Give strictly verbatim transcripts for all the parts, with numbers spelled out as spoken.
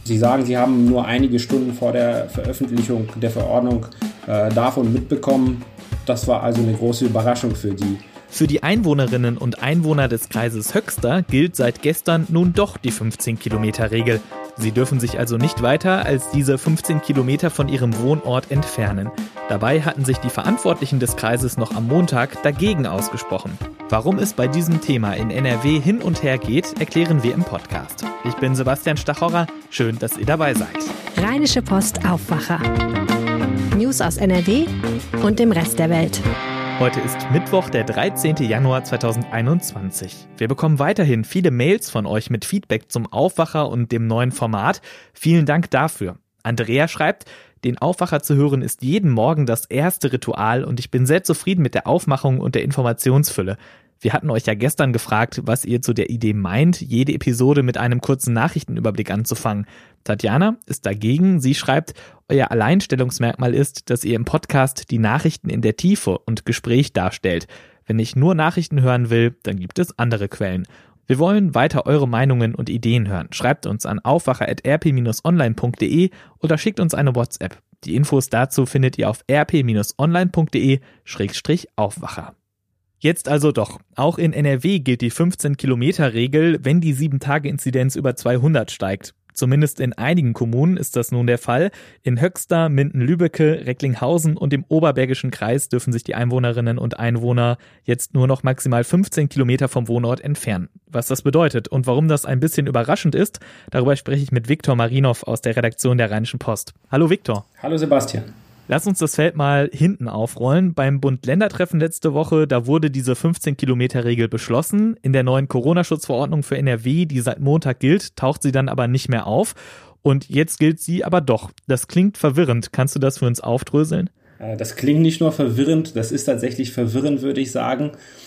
Sie sagen, Sie haben nur einige Stunden vor der Veröffentlichung der Verordnung äh, davon mitbekommen. Das war also eine große Überraschung für die. Für die Einwohnerinnen und Einwohner des Kreises Höxter gilt seit gestern nun doch die fünfzehn-Kilometer-Regel. Sie dürfen sich also nicht weiter als diese fünfzehn Kilometer von ihrem Wohnort entfernen. Dabei hatten sich die Verantwortlichen des Kreises noch am Montag dagegen ausgesprochen. Warum es bei diesem Thema in N R W hin und her geht, erklären wir im Podcast. Ich bin Sebastian Stachorra, schön, dass ihr dabei seid. Rheinische Post Aufwacher. News aus N R W und dem Rest der Welt. Heute ist Mittwoch, der dreizehnten Januar zweitausendeinundzwanzig. Wir bekommen weiterhin viele Mails von euch mit Feedback zum Aufwacher und dem neuen Format. Vielen Dank dafür. Andrea schreibt, den Aufwacher zu hören ist jeden Morgen das erste Ritual und ich bin sehr zufrieden mit der Aufmachung und der Informationsfülle. Wir hatten euch ja gestern gefragt, was ihr zu der Idee meint, jede Episode mit einem kurzen Nachrichtenüberblick anzufangen. Tatjana ist dagegen. Sie schreibt, euer Alleinstellungsmerkmal ist, dass ihr im Podcast die Nachrichten in der Tiefe und Gespräch darstellt. Wenn ich nur Nachrichten hören will, dann gibt es andere Quellen. Wir wollen weiter eure Meinungen und Ideen hören. Schreibt uns an aufwacher at r p dash online punkt d e oder schickt uns eine WhatsApp. Die Infos dazu findet ihr auf r p dash online punkt d e slash aufwacher. Jetzt also doch. Auch in N R W gilt die fünfzehn-Kilometer-Regel, wenn die sieben Tage Inzidenz über zweihundert steigt. Zumindest in einigen Kommunen ist das nun der Fall. In Höxter, Minden-Lübbecke, Recklinghausen und im Oberbergischen Kreis dürfen sich die Einwohnerinnen und Einwohner jetzt nur noch maximal fünfzehn Kilometer vom Wohnort entfernen. Was das bedeutet und warum das ein bisschen überraschend ist, darüber spreche ich mit Viktor Marinov aus der Redaktion der Rheinischen Post. Hallo Viktor. Hallo Sebastian. Lass uns das Feld mal hinten aufrollen. Beim Bund-Länder-Treffen letzte Woche, da wurde diese fünfzehn-Kilometer-Regel beschlossen. In der neuen Corona-Schutzverordnung für N R W, die seit Montag gilt, taucht sie dann aber nicht mehr auf. Und jetzt gilt sie aber doch. Das klingt verwirrend. Kannst du das für uns aufdröseln? Das klingt nicht nur verwirrend, das ist tatsächlich verwirrend, würde ich sagen.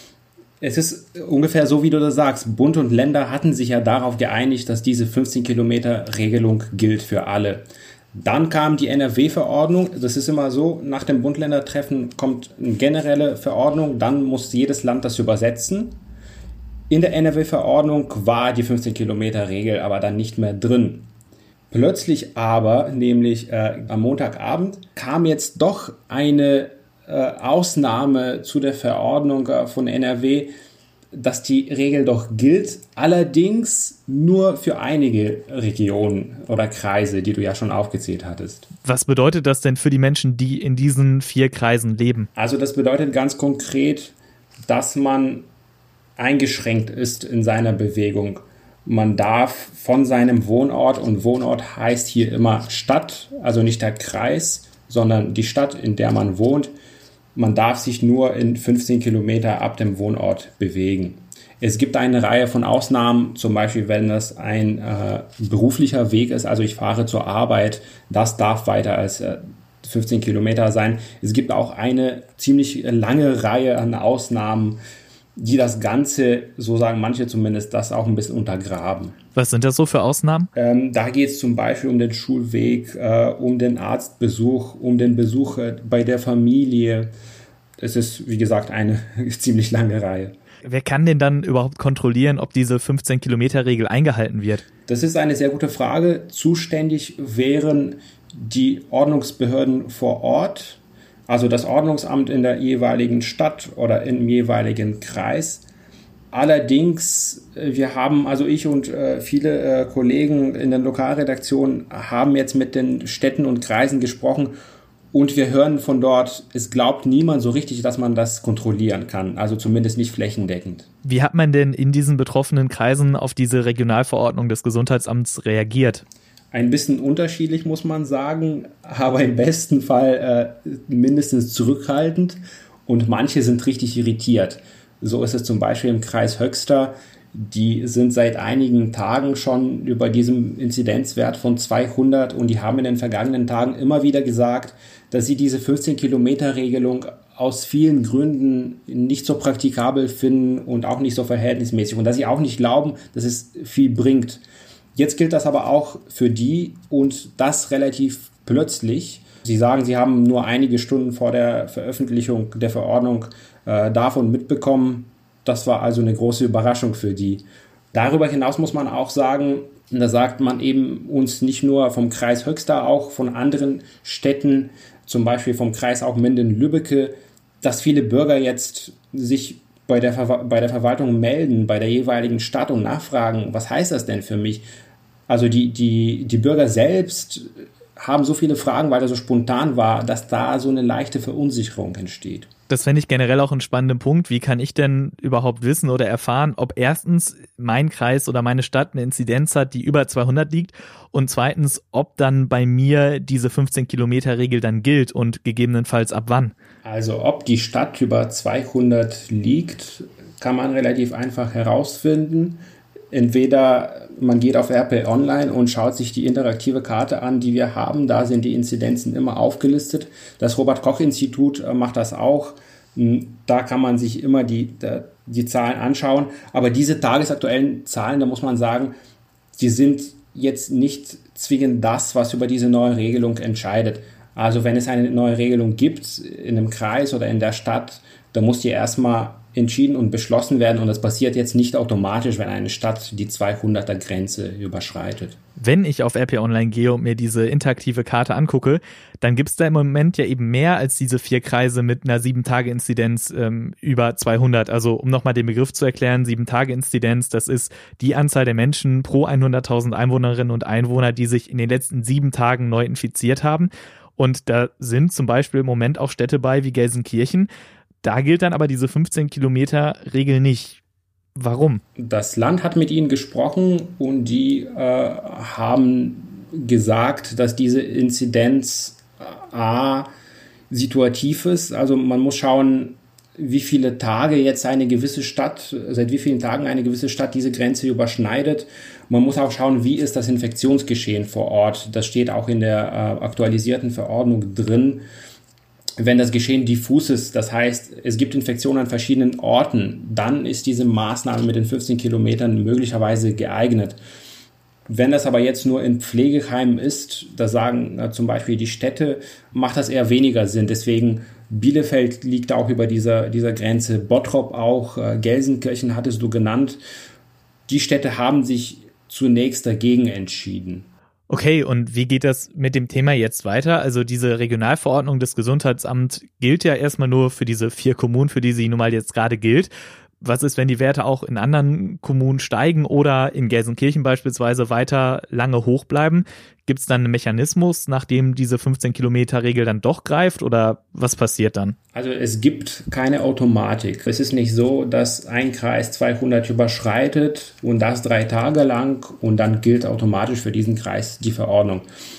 Es ist ungefähr so, wie du das sagst. Bund und Länder hatten sich ja darauf geeinigt, dass diese fünfzehn-Kilometer-Regelung gilt für alle. Dann kam die N R W-Verordnung. Das ist immer so, nach dem Bund-Länder-Treffen kommt eine generelle Verordnung, dann muss jedes Land das übersetzen. In der N R W-Verordnung war die fünfzehn-Kilometer-Regel aber dann nicht mehr drin. Plötzlich aber, nämlich äh, am Montagabend, kam jetzt doch eine äh, Ausnahme zu der Verordnung äh, von N R W, dass die Regel doch gilt, allerdings nur für einige Regionen oder Kreise, die du ja schon aufgezählt hattest. Was bedeutet das denn für die Menschen, die in diesen vier Kreisen leben? Also das bedeutet ganz konkret, dass man eingeschränkt ist in seiner Bewegung. Man darf von seinem Wohnort, und Wohnort heißt hier immer Stadt, also nicht der Kreis, sondern die Stadt, in der man wohnt. Man darf sich nur in fünfzehn Kilometer ab dem Wohnort bewegen. Es gibt eine Reihe von Ausnahmen, zum Beispiel wenn das ein äh, beruflicher Weg ist, also ich fahre zur Arbeit, das darf weiter als äh, fünfzehn Kilometer sein. Es gibt auch eine ziemlich lange Reihe an Ausnahmen, die das Ganze, so sagen manche zumindest, das auch ein bisschen untergraben. Was sind das so für Ausnahmen? Ähm, da geht es zum Beispiel um den Schulweg, äh, um den Arztbesuch, um den Besuch äh, bei der Familie. Es ist, wie gesagt, eine ziemlich lange Reihe. Wer kann denn dann überhaupt kontrollieren, ob diese fünfzehn-Kilometer-Regel eingehalten wird? Das ist eine sehr gute Frage. Zuständig wären die Ordnungsbehörden vor Ort, also das Ordnungsamt in der jeweiligen Stadt oder im jeweiligen Kreis. Allerdings, wir haben, also ich und äh, viele äh, Kollegen in den Lokalredaktionen haben jetzt mit den Städten und Kreisen gesprochen und wir hören von dort, es glaubt niemand so richtig, dass man das kontrollieren kann, also zumindest nicht flächendeckend. Wie hat man denn in diesen betroffenen Kreisen auf diese Regionalverordnung des Gesundheitsamts reagiert? Ein bisschen unterschiedlich, muss man sagen, aber im besten Fall äh, mindestens zurückhaltend und manche sind richtig irritiert. So ist es zum Beispiel im Kreis Höxter. Die sind seit einigen Tagen schon über diesem Inzidenzwert von zweihundert und die haben in den vergangenen Tagen immer wieder gesagt, dass sie diese fünfzehn-Kilometer-Regelung aus vielen Gründen nicht so praktikabel finden und auch nicht so verhältnismäßig und dass sie auch nicht glauben, dass es viel bringt. Jetzt gilt das aber auch für die und das relativ plötzlich. Sie sagen, sie haben nur einige Stunden vor der Veröffentlichung der Verordnung äh, davon mitbekommen. Das war also eine große Überraschung für die. Darüber hinaus muss man auch sagen, Und da sagt man eben uns nicht nur vom Kreis Höxter, auch von anderen Städten, zum Beispiel vom Kreis auch Minden-Lübbecke, dass viele Bürger jetzt sich bei der, Ver- bei der Verwaltung melden, bei der jeweiligen Stadt und nachfragen, was heißt das denn für mich? Also die, die, die Bürger selbst haben so viele Fragen, weil das so spontan war, dass da so eine leichte Verunsicherung entsteht. Das fände ich generell auch einen spannenden Punkt. Wie kann ich denn überhaupt wissen oder erfahren, ob erstens mein Kreis oder meine Stadt eine Inzidenz hat, die über zweihundert liegt und zweitens, ob dann bei mir diese fünfzehn-Kilometer-Regel dann gilt und gegebenenfalls ab wann? Also ob die Stadt über zweihundert liegt, kann man relativ einfach herausfinden. Entweder man geht auf R P Online und schaut sich die interaktive Karte an, die wir haben. Da sind die Inzidenzen immer aufgelistet. Das Robert-Koch-Institut macht das auch. Da kann man sich immer die, die Zahlen anschauen. Aber diese tagesaktuellen Zahlen, da muss man sagen, die sind jetzt nicht zwingend das, was über diese neue Regelung entscheidet. Also wenn es eine neue Regelung gibt in einem Kreis oder in der Stadt, dann muss die erstmal entschieden und beschlossen werden und das passiert jetzt nicht automatisch, wenn eine Stadt die zweihunderter Grenze überschreitet. Wenn ich auf R P Online gehe und mir diese interaktive Karte angucke, dann gibt es da im Moment ja eben mehr als diese vier Kreise mit einer sieben-Tage-Inzidenz ähm, über zweihundert. Also um nochmal den Begriff zu erklären, sieben-Tage-Inzidenz, das ist die Anzahl der Menschen pro hunderttausend Einwohnerinnen und Einwohner, die sich in den letzten sieben Tagen neu infiziert haben. Und da sind zum Beispiel im Moment auch Städte bei wie Gelsenkirchen. Da gilt dann aber diese fünfzehn-Kilometer-Regel nicht. Warum? Das Land hat mit ihnen gesprochen und die äh, haben gesagt, dass diese Inzidenz äh, A situativ ist. Also man muss schauen, wie viele Tage jetzt eine gewisse Stadt, seit wie vielen Tagen eine gewisse Stadt diese Grenze überschneidet. Man muss auch schauen, wie ist das Infektionsgeschehen vor Ort. Das steht auch in der äh, aktualisierten Verordnung drin. Wenn das Geschehen diffus ist, das heißt, es gibt Infektionen an verschiedenen Orten, dann ist diese Maßnahme mit den fünfzehn Kilometern möglicherweise geeignet. Wenn das aber jetzt nur in Pflegeheimen ist, da sagen äh, zum Beispiel die Städte, macht das eher weniger Sinn. Deswegen Bielefeld liegt auch über dieser, dieser Grenze, Bottrop auch, äh, Gelsenkirchen hattest du genannt. Die Städte haben sich zunächst dagegen entschieden. Okay, und wie geht das mit dem Thema jetzt weiter? Also diese Regionalverordnung des Gesundheitsamts gilt ja erstmal nur für diese vier Kommunen, für die sie nun mal jetzt gerade gilt. Was ist, wenn die Werte auch in anderen Kommunen steigen oder in Gelsenkirchen beispielsweise weiter lange hoch bleiben? Gibt es dann einen Mechanismus, nachdem diese fünfzehn-Kilometer-Regel dann doch greift oder was passiert dann? Also es gibt keine Automatik. Es ist nicht so, dass ein Kreis zweihundert überschreitet und das drei Tage lang und dann gilt automatisch für diesen Kreis die Verordnung.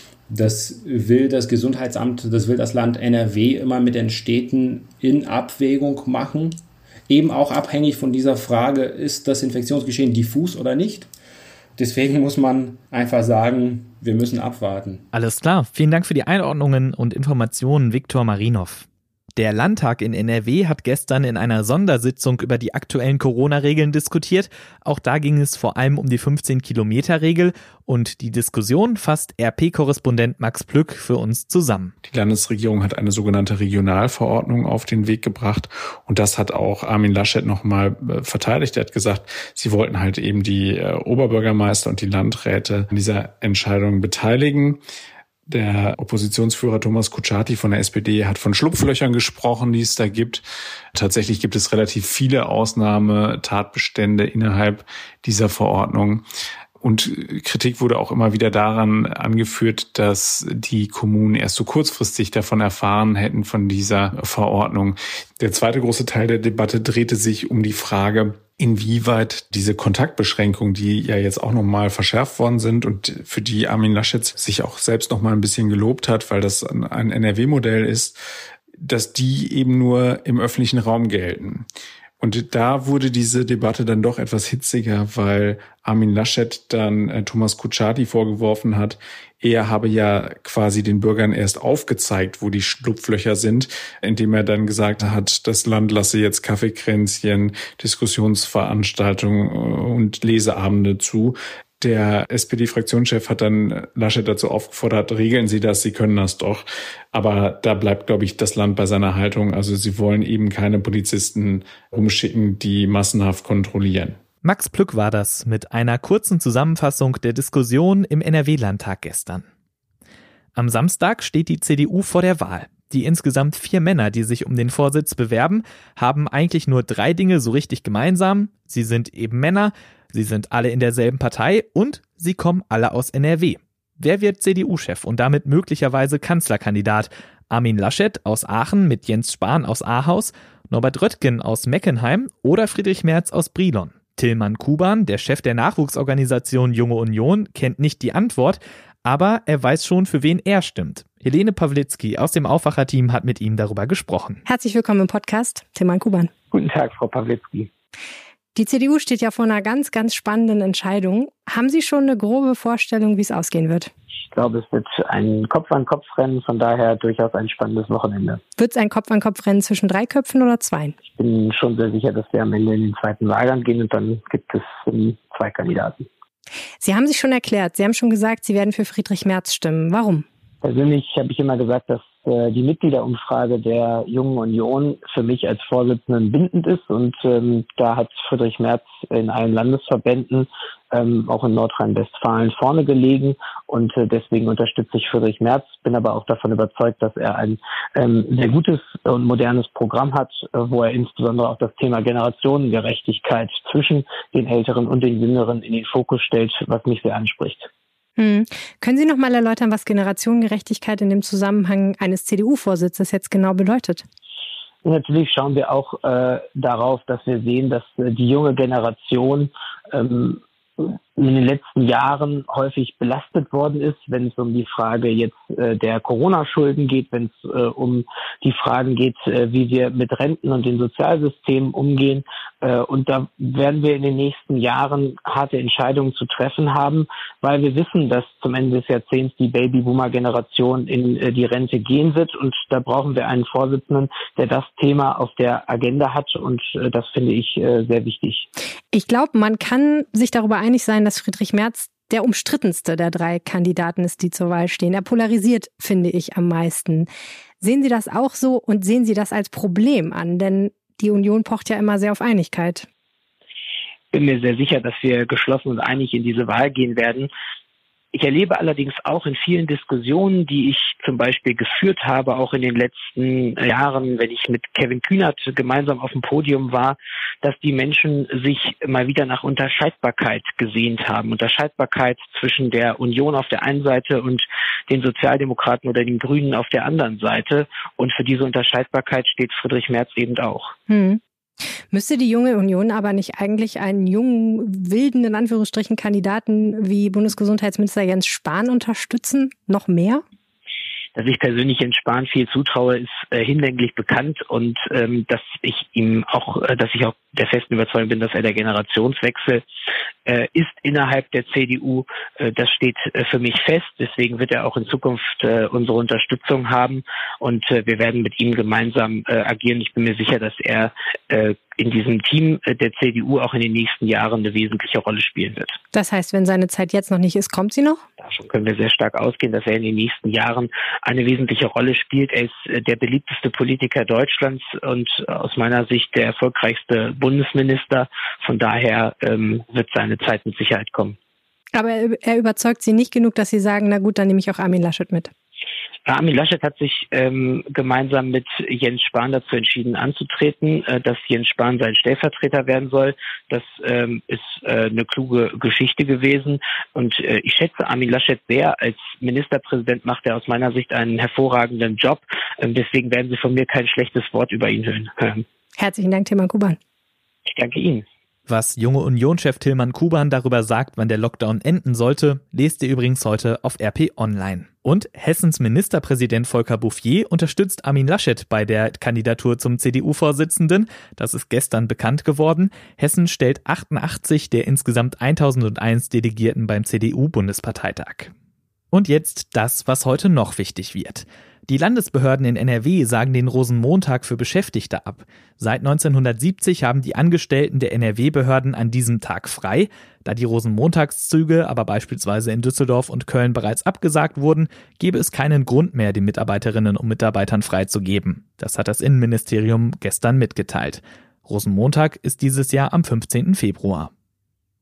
Das will das Gesundheitsamt, das will das Land N R W immer mit den Städten in Abwägung machen. Eben auch abhängig von dieser Frage, ist das Infektionsgeschehen diffus oder nicht? Deswegen muss man einfach sagen, wir müssen abwarten. Alles klar. Vielen Dank für die Einordnungen und Informationen, Viktor Marinov. Der Landtag in N R W hat gestern in einer Sondersitzung über die aktuellen Corona-Regeln diskutiert. Auch da ging es vor allem um die fünfzehn-Kilometer-Regel und die Diskussion fasst R P-Korrespondent Max Plück für uns zusammen. Die Landesregierung hat eine sogenannte Regionalverordnung auf den Weg gebracht und das hat auch Armin Laschet nochmal verteidigt. Er hat gesagt, sie wollten halt eben die Oberbürgermeister und die Landräte an dieser Entscheidung beteiligen. Der Oppositionsführer Thomas Kutschaty von der S P D hat von Schlupflöchern gesprochen, die es da gibt. Tatsächlich gibt es relativ viele Ausnahmetatbestände innerhalb dieser Verordnung. Und Kritik wurde auch immer wieder daran angeführt, dass die Kommunen erst so kurzfristig davon erfahren hätten von dieser Verordnung. Der zweite große Teil der Debatte drehte sich um die Frage, inwieweit diese Kontaktbeschränkungen, die ja jetzt auch nochmal verschärft worden sind und für die Armin Laschet sich auch selbst nochmal ein bisschen gelobt hat, weil das ein N R W-Modell ist, dass die eben nur im öffentlichen Raum gelten. Und da wurde diese Debatte dann doch etwas hitziger, weil Armin Laschet dann äh, Thomas Kutschaty vorgeworfen hat, er habe ja quasi den Bürgern erst aufgezeigt, wo die Schlupflöcher sind, indem er dann gesagt hat, das Land lasse jetzt Kaffeekränzchen, Diskussionsveranstaltungen und Leseabende zu. Der S P D-Fraktionschef hat dann Laschet dazu aufgefordert, regeln Sie das, Sie können das doch. Aber da bleibt, glaube ich, das Land bei seiner Haltung. Also sie wollen eben keine Polizisten rumschicken, die massenhaft kontrollieren. Max Plück war das mit einer kurzen Zusammenfassung der Diskussion im N R W-Landtag gestern. Am Samstag steht die C D U vor der Wahl. Die insgesamt vier Männer, die sich um den Vorsitz bewerben, haben eigentlich nur drei Dinge so richtig gemeinsam. Sie sind eben Männer, sie sind alle in derselben Partei und sie kommen alle aus N R W. Wer wird C D U-Chef und damit möglicherweise Kanzlerkandidat? Armin Laschet aus Aachen mit Jens Spahn aus Ahaus, Norbert Röttgen aus Meckenheim oder Friedrich Merz aus Brilon? Tilman Kuban, der Chef der Nachwuchsorganisation Junge Union, kennt nicht die Antwort, aber er weiß schon, für wen er stimmt. Helene Pawlitzki aus dem Aufwacher-Team hat mit ihm darüber gesprochen. Herzlich willkommen im Podcast, Tilman Kuban. Guten Tag, Frau Pawlitzki. Die C D U steht ja vor einer ganz, ganz spannenden Entscheidung. Haben Sie schon eine grobe Vorstellung, wie es ausgehen wird? Ich glaube, es wird ein Kopf-an-Kopf-Rennen, von daher durchaus ein spannendes Wochenende. Wird es ein Kopf-an-Kopf-Rennen zwischen drei Köpfen oder zwei? Ich bin schon sehr sicher, dass wir am Ende in den zweiten Wahlgang gehen und dann gibt es um, zwei Kandidaten. Sie haben sich schon erklärt, Sie haben schon gesagt, Sie werden für Friedrich Merz stimmen. Warum? Persönlich habe ich immer gesagt, dass äh, die Mitgliederumfrage der Jungen Union für mich als Vorsitzenden bindend ist. Und ähm, da hat Friedrich Merz in allen Landesverbänden, ähm, auch in Nordrhein-Westfalen, vorne gelegen. Und äh, deswegen unterstütze ich Friedrich Merz. Bin aber auch davon überzeugt, dass er ein ähm, sehr gutes und modernes Programm hat, äh, wo er insbesondere auch das Thema Generationengerechtigkeit zwischen den Älteren und den Jüngeren in den Fokus stellt, was mich sehr anspricht. Hm. Können Sie noch mal erläutern, was Generationengerechtigkeit in dem Zusammenhang eines C D U-Vorsitzes jetzt genau bedeutet? Und natürlich schauen wir auch äh, darauf, dass wir sehen, dass äh, die junge Generation ähm, in den letzten Jahren häufig belastet worden ist, wenn es um die Frage jetzt äh, der Corona-Schulden geht, wenn es äh, um die Fragen geht, äh, wie wir mit Renten und den Sozialsystemen umgehen. Äh, und da werden wir in den nächsten Jahren harte Entscheidungen zu treffen haben, weil wir wissen, dass zum Ende des Jahrzehnts die Babyboomer-Generation in äh, die Rente gehen wird. Und da brauchen wir einen Vorsitzenden, der das Thema auf der Agenda hat. Und äh, das finde ich äh, sehr wichtig. Ich glaube, man kann sich darüber einig sein, dass Friedrich Merz der umstrittenste der drei Kandidaten ist, die zur Wahl stehen. Er polarisiert, finde ich, am meisten. Sehen Sie das auch so und sehen Sie das als Problem an? Denn die Union pocht ja immer sehr auf Einigkeit. Ich bin mir sehr sicher, dass wir geschlossen und einig in diese Wahl gehen werden. Ich erlebe allerdings auch in vielen Diskussionen, die ich zum Beispiel geführt habe, auch in den letzten Jahren, wenn ich mit Kevin Kühnert gemeinsam auf dem Podium war, dass die Menschen sich mal wieder nach Unterscheidbarkeit gesehnt haben. Unterscheidbarkeit zwischen der Union auf der einen Seite und den Sozialdemokraten oder den Grünen auf der anderen Seite. Und für diese Unterscheidbarkeit steht Friedrich Merz eben auch. Hm. Müsste die junge Union aber nicht eigentlich einen jungen, wilden, in Anführungsstrichen, Kandidaten wie Bundesgesundheitsminister Jens Spahn unterstützen? Noch mehr? Dass ich persönlich Jens Spahn viel zutraue, ist äh, hinlänglich bekannt und ähm, dass ich ihm auch, äh, dass ich auch der festen Überzeugung bin, dass er der Generationswechsel äh, ist innerhalb der C D U. Äh, das steht äh, für mich fest. Deswegen wird er auch in Zukunft äh, unsere Unterstützung haben und äh, wir werden mit ihm gemeinsam äh, agieren. Ich bin mir sicher, dass er äh, in diesem Team äh, der C D U auch in den nächsten Jahren eine wesentliche Rolle spielen wird. Das heißt, wenn seine Zeit jetzt noch nicht ist, kommt sie noch? Davon können wir sehr stark ausgehen, dass er in den nächsten Jahren eine wesentliche Rolle spielt. Er ist äh, der beliebteste Politiker Deutschlands und äh, aus meiner Sicht der erfolgreichste Bundesminister. Von daher ähm, wird seine Zeit mit Sicherheit kommen. Aber er überzeugt Sie nicht genug, dass Sie sagen, na gut, dann nehme ich auch Armin Laschet mit. Armin Laschet hat sich ähm, gemeinsam mit Jens Spahn dazu entschieden anzutreten, äh, dass Jens Spahn sein Stellvertreter werden soll. Das ähm, ist äh, eine kluge Geschichte gewesen und äh, ich schätze Armin Laschet sehr. Als Ministerpräsident macht er aus meiner Sicht einen hervorragenden Job. Ähm, deswegen werden Sie von mir kein schlechtes Wort über ihn hören. Herzlichen Dank, Tilman Kuban. Ich danke Ihnen. Was Junge Union-Chef Tilman Kuban darüber sagt, wann der Lockdown enden sollte, lest ihr übrigens heute auf R P Online. Und Hessens Ministerpräsident Volker Bouffier unterstützt Armin Laschet bei der Kandidatur zum C D U-Vorsitzenden. Das ist gestern bekannt geworden. Hessen stellt achtundachtzig der insgesamt eintausendeins Delegierten beim C D U-Bundesparteitag. Und jetzt das, was heute noch wichtig wird. Die Landesbehörden in N R W sagen den Rosenmontag für Beschäftigte ab. Seit neunzehnhundertsiebzig haben die Angestellten der N R W-Behörden an diesem Tag frei. Da die Rosenmontagszüge aber beispielsweise in Düsseldorf und Köln bereits abgesagt wurden, gäbe es keinen Grund mehr, den Mitarbeiterinnen und Mitarbeitern freizugeben. Das hat das Innenministerium gestern mitgeteilt. Rosenmontag ist dieses Jahr am fünfzehnten Februar.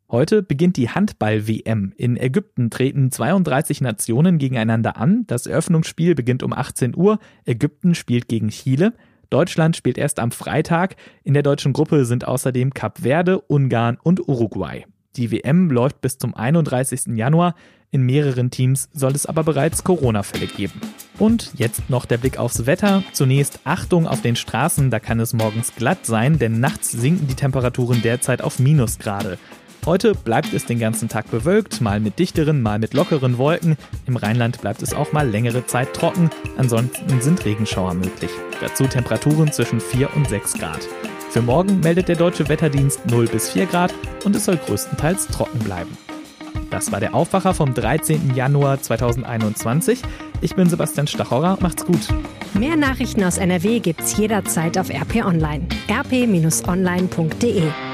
Heute beginnt die Handball-W M. In Ägypten treten zweiunddreißig Nationen gegeneinander an. Das Eröffnungsspiel beginnt um achtzehn Uhr. Ägypten spielt gegen Chile. Deutschland spielt erst am Freitag. In der deutschen Gruppe sind außerdem Kap Verde, Ungarn und Uruguay. Die W M läuft bis zum einunddreißigsten Januar. In mehreren Teams soll es aber bereits Corona-Fälle geben. Und jetzt noch der Blick aufs Wetter. Zunächst Achtung auf den Straßen, da kann es morgens glatt sein, denn nachts sinken die Temperaturen derzeit auf Minusgrade. Heute bleibt es den ganzen Tag bewölkt, mal mit dichteren, mal mit lockeren Wolken. Im Rheinland bleibt es auch mal längere Zeit trocken, ansonsten sind Regenschauer möglich. Dazu Temperaturen zwischen vier und sechs Grad. Für morgen meldet der Deutsche Wetterdienst null bis vier Grad und es soll größtenteils trocken bleiben. Das war der Aufwacher vom dreizehnten Januar zweitausendeinundzwanzig. Ich bin Sebastian Stachorra, macht's gut. Mehr Nachrichten aus N R W gibt's jederzeit auf R P Online. r p Bindestrich online punkt d e